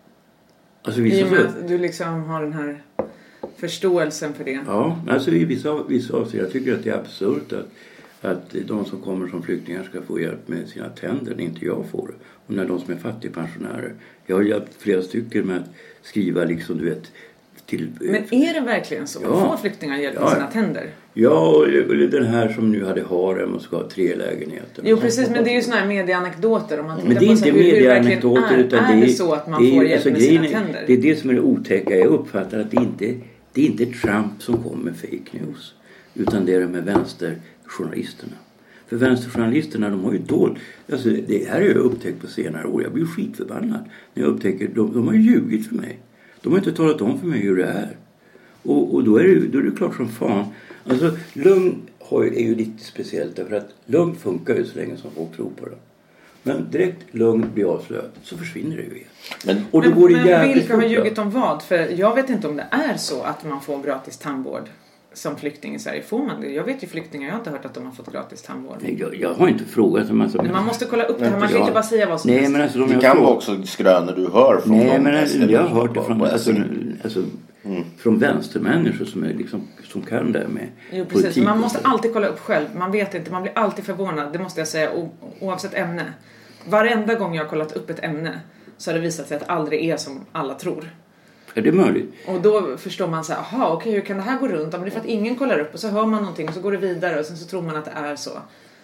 Alltså, i och med att du liksom har den här förståelsen för det. Ja, alltså i vissa avseenden. Jag tycker att det är absurt att de som kommer som flyktingar ska få hjälp med sina tänder när inte jag får. Och när de som är fattigpensionärer. Jag har hjälpt flera stycken med att skriva liksom, du vet, till... Men är det verkligen så? Ja. Får flyktingar hjälp med sina tänder? Ja, och den här som nu hade harem och ska ha 3 lägenheter. Jo, precis, men det är ju såna här medieanekdoter. Om man men det är inte medieanekdoter, utan det är så att man får hjälp med sina tänder. Det är det som är det otäcka. Jag uppfattar att det är inte Trump som kommer med fake news. Utan det är de med vänsterjournalisterna. För vänsterjournalisterna, de har ju alltså det här har jag upptäckt på senare år. Jag blir skitförbannad när jag upptäcker de har ljugit för mig. De har inte talat om för mig hur det är. Och då är det klart som fan. Alltså lugn är ju lite speciellt därför att lugn funkar ju så länge som folk tror på det. Men direkt lugn blir avslöjat så försvinner det ju igen. Men vilka har ljugit om vad? För jag vet inte om det är så att man får gratis tandvård som flykting i Sverige. Får man det? Jag vet ju flyktingar, jag har inte hört att de har fått gratis tandvård. Nej, jag har inte frågat dem. Alltså, men man måste kolla upp det här. Man kan inte bara säga vad som helst. Men alltså, det kan vara också skrönor du hör från nej, men jag har hört det från från vänstermänniskor som är liksom, som kan det med. Jo, precis. Man måste alltid kolla upp själv. Man vet inte, man blir alltid förvånad. Det måste jag säga, oavsett ämne. Varenda gång jag har kollat upp ett ämne så har det visat sig att det aldrig är som alla tror. Är det möjligt? Och då förstår man så här, aha, okej, hur kan det här gå runt? Men det är för att ingen kollar upp och så hör man någonting och så går det vidare och sen så tror man att det är så.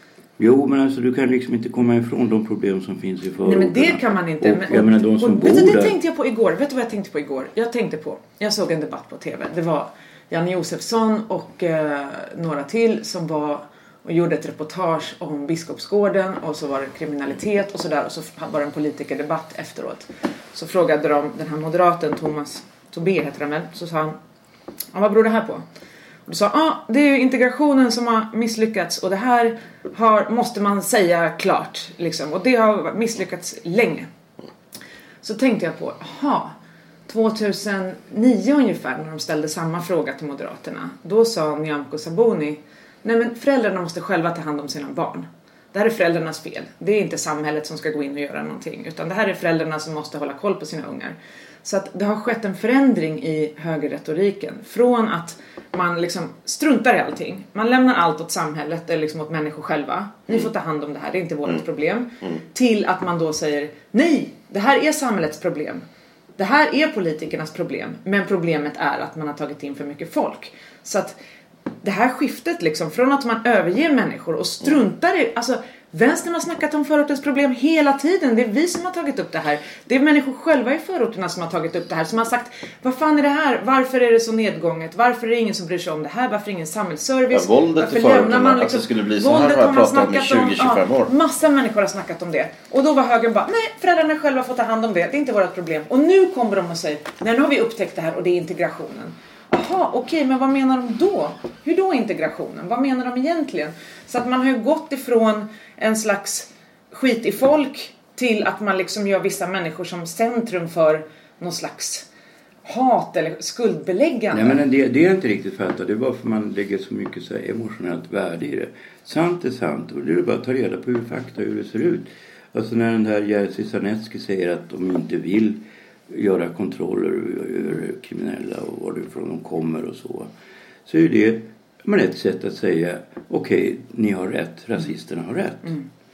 Jo, men alltså du kan liksom inte komma ifrån de problem som finns i förorterna. Nej, men det kan man inte. Och, jag menar de som bor där. Det tänkte jag på igår. Vet du vad jag tänkte på igår? Jag såg en debatt på tv. Det var Janne Josefsson och några till som var och gjorde ett reportage om Biskopsgården och så var det kriminalitet och sådär och så var det en politikerdebatt efteråt. Så frågade de den här moderaten Thomas Tobé heter han väl, så sa han vad beror det här på? Och då sa det är ju integrationen som har misslyckats och det här måste man säga klart liksom, och det har misslyckats länge. Så tänkte jag på 2009 ungefär när de ställde samma fråga till Moderaterna. Då sa Nyamko Sabuni, nej men föräldrarna måste själva ta hand om sina barn. Det här är föräldrarnas fel. Det är inte samhället som ska gå in och göra någonting. Utan det här är föräldrarna som måste hålla koll på sina ungar. Så att det har skett en förändring i högerretoriken. Från att man liksom struntar i allting. Man lämnar allt åt samhället eller liksom åt människor själva. Ni får ta hand om det här, det är inte vårt problem. Till att man då säger, nej, det här är samhällets problem. Det här är politikernas problem. Men problemet är att man har tagit in för mycket folk. Så att det här skiftet liksom, från att man överger människor och struntar i, alltså vänstern har snackat om förortens problem hela tiden. Det är vi som har tagit upp det här. Det är människor själva i förorterna som har tagit upp det här. Som har sagt, vad fan är det här? Varför är det så nedgånget? Varför är det ingen som bryr sig om det här? Varför är det ingen samhällsservice? Ja, våldet i förorterna, liksom, att det skulle bli så här har jag pratat om i 20-25 år. Massa människor har snackat om det. Och då var högern bara, nej, föräldrarna själva får ta hand om det. Det är inte vårt problem. Och nu kommer de och säger, nej, nu har vi upptäckt det här och det är integrationen. Jaha, okej, men vad menar de då? Hur då integrationen? Vad menar de egentligen? Så att man har ju gått ifrån en slags skit i folk till att man liksom gör vissa människor som centrum för någon slags hat eller skuldbeläggande. Nej, men det är inte riktigt fattat. Det är bara för man lägger så mycket så här emotionellt värde i det. Sant är sant och det är bara att ta reda på hur det ser ut. Alltså när den här Jerzy Sarnecki säger att de inte vill göra kontroller över kriminella och varifrån de kommer och så är det ett sätt att säga okej, ni har rätt, rasisterna har rätt.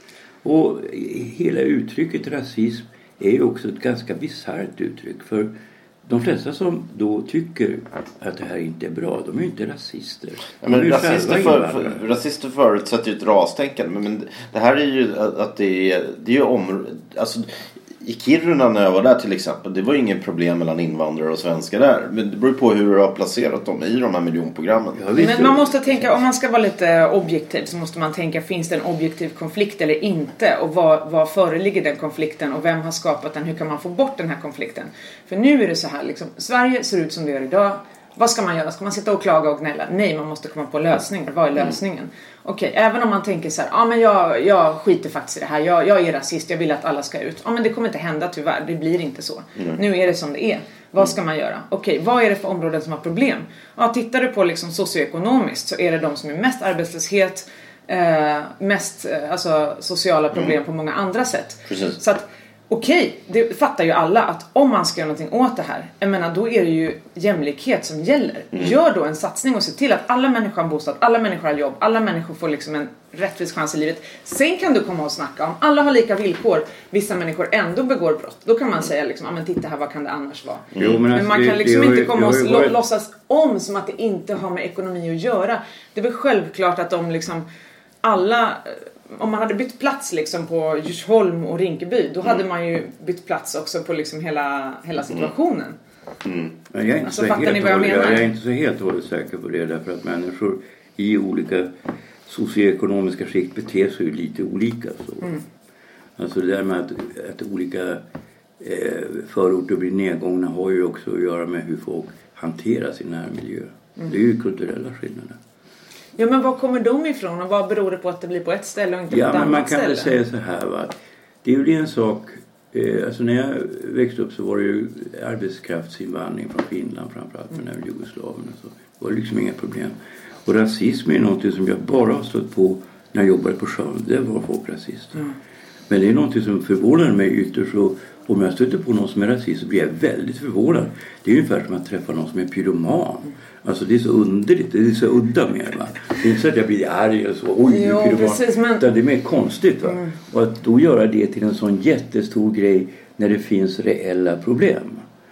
Och hela uttrycket rasism är ju också ett ganska bisarrt uttryck, för de flesta som då tycker att det här inte är bra, de är ju inte rasister. Ja, men rasister förutsätter ju ett rastänkande, men det här är ju att det är ju alltså i Kiruna när jag var där till exempel, det var ingen problem mellan invandrare och svenskar där. Men det beror på hur du har placerat dem i de här miljonprogrammen. Men man måste tänka, om man ska vara lite objektiv så måste man tänka, finns det en objektiv konflikt eller inte? Och vad föreligger den konflikten? Och vem har skapat den? Hur kan man få bort den här konflikten? För nu är det så här, liksom, Sverige ser ut som det gör idag. Vad ska man göra? Ska man sitta och klaga och gnälla? Nej, man måste komma på lösningar. Vad är lösningen? Okej, även om man tänker så här, men jag skiter faktiskt i det här. Jag är rasist, jag vill att alla ska ut. Men det kommer inte hända tyvärr, det blir inte så. Nu är det som det är. Vad ska man göra? Okej, vad är det för områden som har problem? Tittar du på liksom socioekonomiskt så är det de som är mest arbetslöshet, mest sociala problem på många andra sätt. Precis. Så att okej, det fattar ju alla att om man ska göra någonting åt det här, jag menar, då är det ju jämlikhet som gäller. Gör då en satsning och se till att alla människor har bostad, alla människor har jobb, alla människor får liksom en rättvis chans i livet. Sen kan du komma och snacka om alla har lika villkor, vissa människor ändå begår brott. Då kan man säga liksom, men titta här, vad kan det annars vara? Men man kan liksom inte komma och låtsas om som att det inte har med ekonomi att göra. Det är väl självklart att de liksom alla, om man hade bytt plats liksom på Djursholm och Rinkeby, då hade man ju bytt plats också på liksom hela situationen. Men jag är inte fattar ni vad jag menar? Jag är inte så helt och säker på det, därför att människor i olika socioekonomiska skikt beter sig lite olika. Alltså det där med att olika förorter blir nedgångna har ju också att göra med hur folk hanterar sin närmiljö. Det är ju kulturella skillnader. Ja, men var kommer de ifrån och vad beror det på att det blir på ett ställe och inte på ett annat ställe? Ja, men man kan väl säga så här, va. Det är ju en sak, alltså när jag växte upp så var det ju arbetskraftsinvandring från Finland framförallt, men även Jugoslavien och så. Det var liksom inga problem. Och rasism är något som jag bara har stött på när jag jobbade på sjön. Det var folk rasister. Men det är något som förvånar mig ytterst, och om jag stöter på någon som är rasist så blir jag väldigt förvånad. Det är ungefär som att träffa någon som är pyroman. Alltså det är så underligt, det är så udda med, va. Det är inte så att jag blir arg eller så, pyroman. Precis, men utan det är mer konstigt, va. Och att då göra det till en sån jättestor grej när det finns reella problem.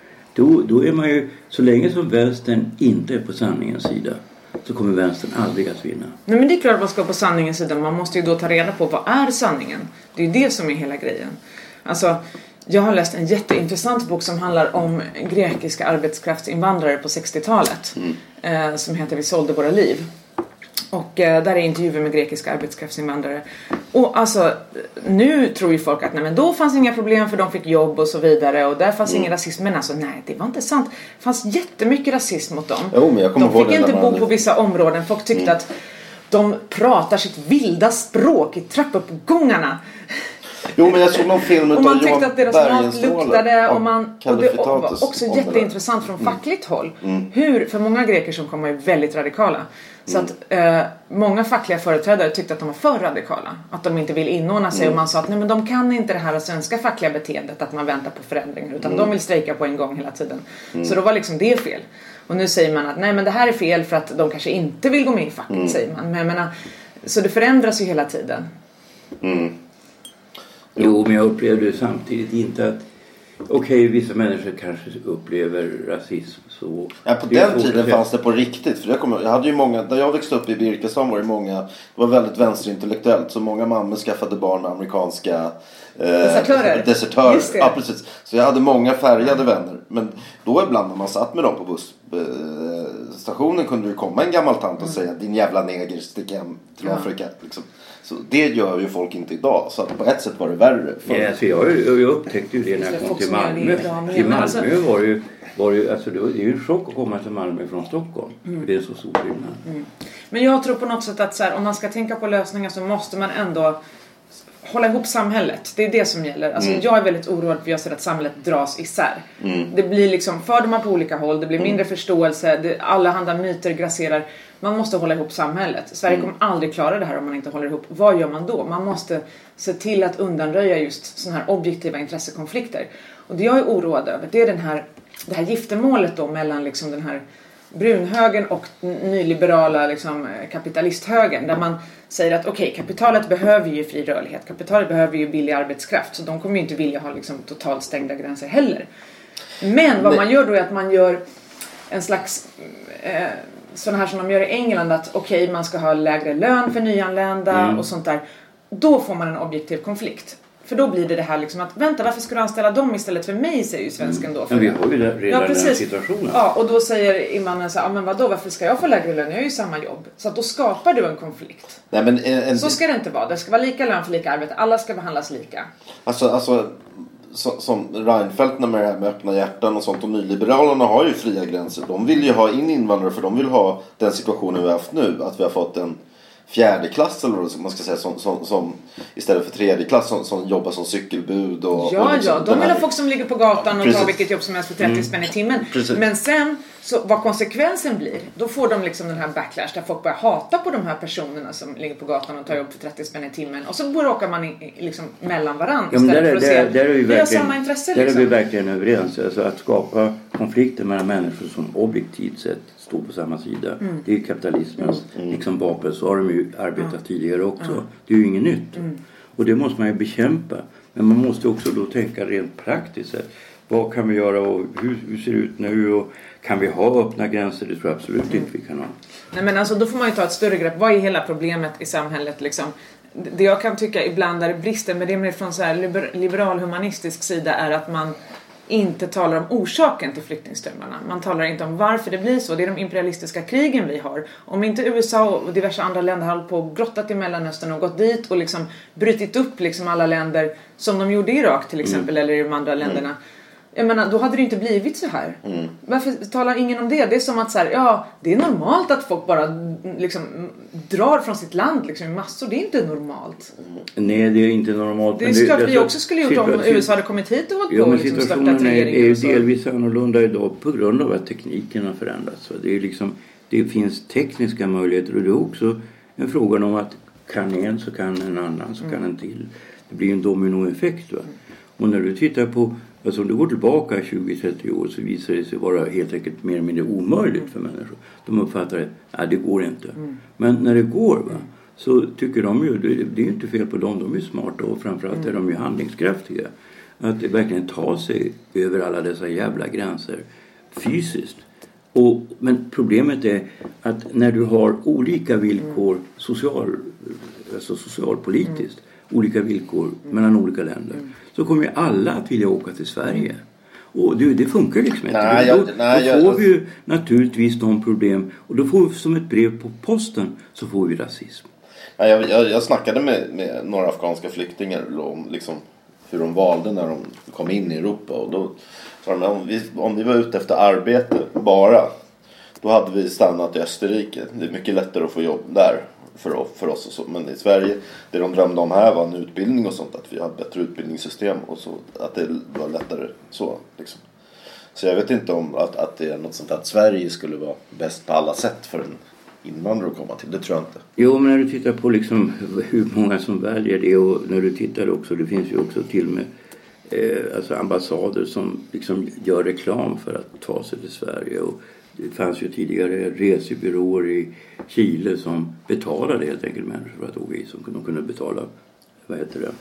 Då är man ju, så länge som vänstern inte är på sanningens sida, så kommer vänstern aldrig att vinna. Nej, men det är klart att man ska på sanningens sida. Man måste ju då ta reda på vad är sanningen. Det är ju det som är hela grejen. Alltså, jag har läst en jätteintressant bok som handlar om grekiska arbetskraftsinvandrare på 60-talet. Som heter Vi sålde våra liv. Och där är intervjuer med grekiska arbetskraftsinvandrare. Och alltså, nu tror ju folk att nej, men då fanns inga problem för de fick jobb och så vidare. Och där fanns ingen rasism. Men alltså nej, det var inte sant. Det fanns jättemycket rasism mot dem. Jo, men jag kommer de fick inte bo på vissa områden. Folk tyckte att de pratar sitt vilda språk i trappuppgångarna. Jo, men jag såg någon film och man tyckte att deras mat luktade och det var också jätteintressant från fackligt håll. Hur, för många greker som kommer är väldigt radikala. Så att många fackliga företrädare tyckte att de var för radikala. Att de inte vill inordna sig och man sa att nej, men de kan inte det här svenska fackliga beteendet att man väntar på förändringar utan de vill strejka på en gång hela tiden. Så då var liksom det fel. Och nu säger man att nej, men det här är fel för att de kanske inte vill gå med i facket, säger man. Men jag menar, så det förändras ju hela tiden. Jo, men jag upplevde samtidigt inte att okej, vissa människor kanske upplever rasism så. Ja, på den tiden fanns det på riktigt. För jag hade ju många, när jag växte upp i Birkastan var det många, det var väldigt vänsterintellektuellt. Så många mammor skaffade barn amerikanska desertörer. Ja, precis. Så jag hade många färgade vänner. Men då ibland när man satt med dem på busstationen kunde det komma en gammal tant och säga din jävla neger, stick hem till Afrika. Liksom. Så det gör ju folk inte idag. Så på ett sätt var det värre. Ja, alltså jag upptäckte ju det när jag kom till Malmö. I Malmö var det alltså det är ju en chock att komma till Malmö från Stockholm. För det är så stor skillnad. Men jag tror på något sätt att så här, om man ska tänka på lösningar så måste man ändå hålla ihop samhället. Det är det som gäller. Alltså jag är väldigt oroad för jag ser att samhället dras isär. Det blir liksom fördomar på olika håll. Det blir mindre förståelse. Alla handla myter grasserar. Man måste hålla ihop samhället. Sverige kommer aldrig klara det här om man inte håller ihop. Vad gör man då? Man måste se till att undanröja just såna här objektiva intressekonflikter. Och det jag är oroad över, det är det här giftermålet då mellan liksom den här brunhögern och nyliberala liksom, kapitalisthögern. Där man säger att okej, kapitalet behöver ju fri rörlighet. Kapitalet behöver ju billig arbetskraft. Så de kommer ju inte vilja ha liksom, totalt stängda gränser heller. Men vad man gör då är att man gör en slags sådana här som de gör i England. Att okej, man ska ha lägre lön för nyanlända och sånt där. Då får man en objektiv konflikt. För då blir det här liksom att vänta, varför ska du anställa dem istället för mig, säger ju svensken då. Men vi har ju redan den här situationen. Ja, och då säger invandraren så här, men vadå, varför ska jag få lägre lön? Jag har ju samma jobb. Så att då skapar du en konflikt. Nej, men så ska det inte vara. Det ska vara lika lön för lika arbete. Alla ska behandlas lika. Alltså som Reinfeldt med öppna hjärtan och sånt. Och nyliberalerna har ju fria gränser. De vill ju ha in invandrare för de vill ha den situationen vi har haft nu. Att vi har fått en fjärde klass eller vad man ska säga som istället för tredje klass som jobbar som cykelbud och liksom, de vill ha folk som ligger på gatan och tar vilket jobb som helst för 30 spänn i timmen. Men sen så vad konsekvensen blir, då får de liksom den här backlash där folk börjar hata på de här personerna som ligger på gatan och tar jobb för 30 spänn i timmen och så råkar man liksom mellan varandra istället för att se där är vi har samma intresse där liksom. Är vi verkligen överens, alltså att skapa konflikter mellan människor som objektivt sett står på samma sida. Det är kapitalismens liksom vapen, så har de ju arbetat tidigare också. Det är ju inget nytt. Och det måste man ju bekämpa. Men man måste också då tänka rent praktiskt. Vad kan vi göra och hur ser det ut nu och kan vi ha öppna gränser? Det tror jag absolut inte vi kan ha. Nej, men alltså då får man ju ta ett större grepp. Vad är hela problemet i samhället liksom? Det jag kan tycka ibland är bristen, men det är mer från så här liberal humanistisk sida, är att man inte talar om orsaken till flyktingströmmarna. Man talar inte om varför det blir så. Det är de imperialistiska krigen vi har. Om inte USA och diverse andra länder har hållit på och grottat i Mellanöstern och gått dit och liksom brutit upp liksom alla länder som de gjorde i Irak till exempel eller i de andra länderna. Jag menar, då hade det inte blivit så här. Varför talar ingen om det? Det är som att så här, ja, det är normalt att folk bara liksom drar från sitt land liksom i massor. Det är inte normalt. Nej, det är inte normalt. Det är klart vi också skulle gjort om USA hade kommit hit och hållit på och liksom störtat regeringen. Är ju delvis annorlunda idag på grund av att tekniken har förändrats. Det är liksom, det finns tekniska möjligheter och det är också en fråga om att kan en så kan en annan så kan en till. Det blir en dominoeffekt, va? Och när du tittar på, alltså om du går tillbaka 20-30 år så visar det sig vara helt enkelt mer eller mindre omöjligt för människor. De uppfattar att det går inte. Men när det går, va, så tycker de ju, det är ju inte fel på dem, de är smarta och framförallt är de ju handlingskraftiga. Att verkligen ta sig över alla dessa jävla gränser fysiskt. Men problemet är att när du har olika villkor socialpolitiskt, olika villkor mellan olika länder, så kommer ju alla att vilja åka till Sverige. Och det funkar liksom inte. Då får vi ju naturligtvis de problem. Och då får vi som ett brev på posten så får vi rasism. Jag snackade med några afghanska flyktingar om liksom hur de valde när de kom in i Europa. Och då sa de, om vi var ute efter arbete bara, då hade vi stannat i Österrike. Det är mycket lättare att få jobb där för oss och så. Men i Sverige, det de drömde om här var en utbildning och sånt. Att vi hade bättre utbildningssystem och så. Att det var lättare så liksom. Så jag vet inte om att det är något sånt att Sverige skulle vara bäst på alla sätt för en invandrare att komma till. Det tror jag inte. Jo, men när du tittar på liksom hur många som väljer det, och när du tittar också, det finns ju också till med alltså ambassader som liksom gör reklam för att ta sig till Sverige. Och det fanns ju tidigare resebyråer i Chile som betalade helt enkelt människor för att åka hit, som de kunde betala, vad heter det?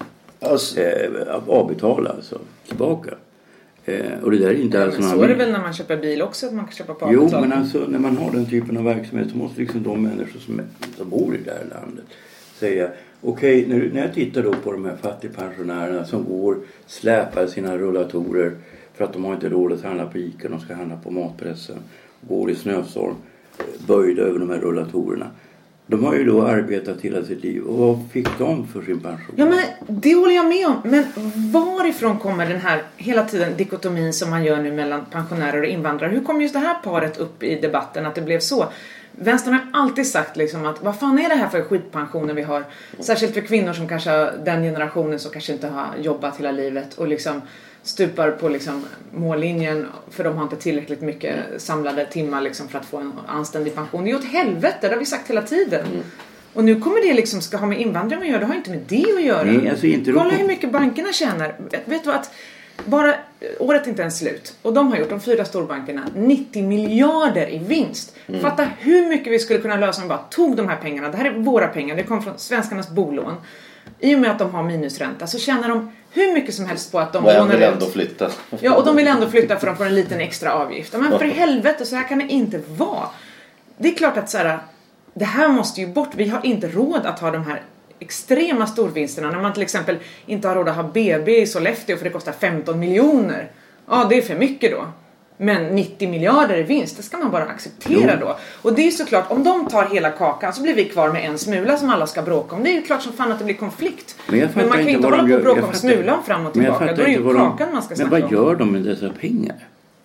Avbetala alltså tillbaka. Och det där är inte alls så är det väl när man köper bil också, att man kan köpa på avbetal. Jo, men alltså när man har den typen av verksamhet så måste liksom de människor som bor i det här landet säga okej, när jag tittar då på de här fattigpensionärerna som släpar sina rullatorer för att de har inte råd att handla på Ica, de ska handla på matpressen, går i snöstorm böjda över de här rullatorerna. De har ju då arbetat hela sitt liv. Och vad fick de för sin pension? Ja, men det håller jag med om. Men varifrån kommer den här hela tiden dikotomin som man gör nu mellan pensionärer och invandrare? Hur kom just det här paret upp i debatten att det blev så? Vänstern har alltid sagt liksom att vad fan är det här för skitpensioner vi har? Särskilt för kvinnor som kanske den generationen som kanske inte har jobbat hela livet och liksom stupar på liksom mållinjen för de har inte tillräckligt mycket samlade timmar liksom för att få en anständig pension. Det är ju åt helvete, det har vi sagt hela tiden. Och nu kommer det liksom ska ha med invandrare att göra, det har inte med det att göra. Nej, alltså inte kolla hur mycket bankerna tjänar. Vet du att bara året är inte ens slut. Och de har gjort, de 4 storbankerna, 90 miljarder i vinst. Fatta hur mycket vi skulle kunna lösa om vi bara tog de här pengarna. Det här är våra pengar, det kommer från svenskarnas bolån. I och med att de har minusränta så tjänar de hur mycket som helst på att de lånar ut. Ändå flytta. Ja, och de vill ändå flytta för de får en liten extra avgift. Men för helvete, så här kan det inte vara. Det är klart att så här, det här måste ju bort. Vi har inte råd att ha de här extrema storvinsterna. När man till exempel inte har råd att ha BB i Sollefteå för det kostar 15 miljoner. Ja, det är för mycket då. Men 90 miljarder i vinst, det ska man bara acceptera då. Och det är såklart, om de tar hela kakan så blir vi kvar med en smula som alla ska bråka om. Det är ju klart som fan att det blir konflikt. Men man kan inte hålla på och bråka om smulan fram och tillbaka. Då är det ju kakan man ska snacka om. Men vad gör de med dessa pengar?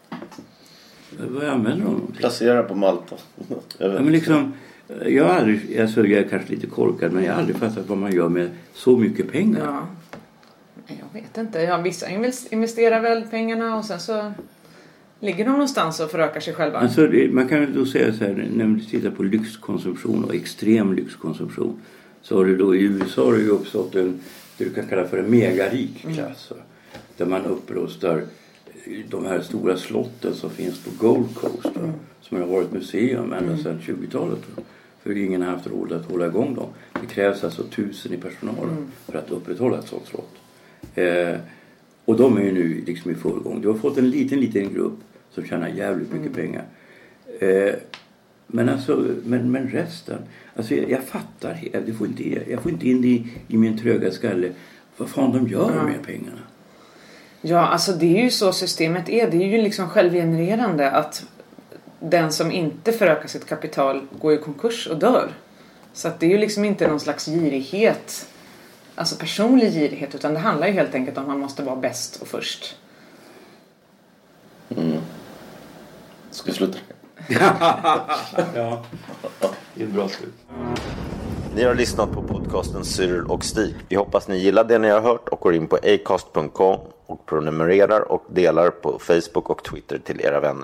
Vad använder de? Placera på Malta. Ja, men liksom, jag är kanske lite korkad, men jag har aldrig fattat vad man gör med så mycket pengar. Ja. Jag vet inte. Ja, vissa investerar väl pengarna och sen så ligger de någonstans och förökar sig själva? Alltså, man kan ju då säga så här, när man tittar på lyxkonsumtion och extrem lyxkonsumtion, så har det då i USA har det ju uppstått det du kan kalla för en megarik klass. Där man upprustar de här stora slotten som finns på Gold Coast. Som har varit museum ända sedan 20-talet. För ingen har haft råd att hålla igång dem. Det krävs alltså 1000 i personalen för att upprätthålla ett sånt slott. Och de är ju nu liksom i full gång. Du har fått en liten grupp som tjänar jävligt mycket pengar. Men alltså, men resten. Alltså jag fattar. Jag får inte in det i min tröga skalle. Vad fan de gör med pengarna. Ja, alltså det är ju så systemet är. Det är ju liksom självgenererande att den som inte förökar sitt kapital går i konkurs och dör. Så att det är ju liksom inte någon slags girighet. Alltså personlig girighet, utan det handlar ju helt enkelt om att man måste vara bäst och först. Ska vi sluta? Ja, det är en bra slut. Ni har lyssnat på podcasten Cyril och Stig. Vi hoppas ni gillar det ni har hört och går in på acast.com och prenumererar och delar på Facebook och Twitter till era vänner.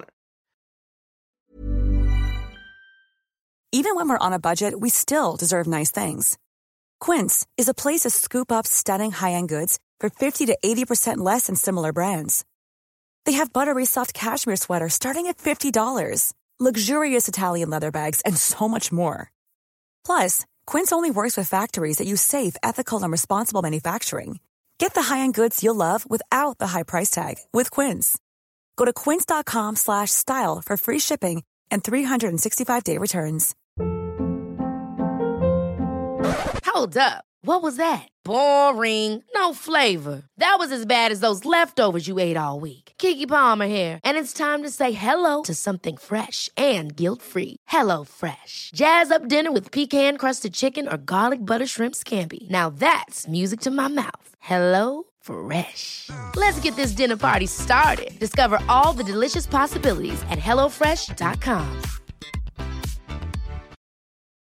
Even when we're on a budget, we still deserve nice things. Quince is a place to scoop up stunning high-end goods for 50 to 80% less than similar brands. They have buttery soft cashmere sweaters starting at $50, luxurious Italian leather bags, and so much more. Plus, Quince only works with factories that use safe, ethical, and responsible manufacturing. Get the high-end goods you'll love without the high price tag with Quince. Go to quince.com/style for free shipping and 365-day returns. Hold up. What was that? Boring. No flavor. That was as bad as those leftovers you ate all week. Keke Palmer here. And it's time to say hello to something fresh and guilt-free. Hello Fresh. Jazz up dinner with pecan-crusted chicken or garlic butter shrimp scampi. Now that's music to my mouth. Hello Fresh. Let's get this dinner party started. Discover all the delicious possibilities at HelloFresh.com.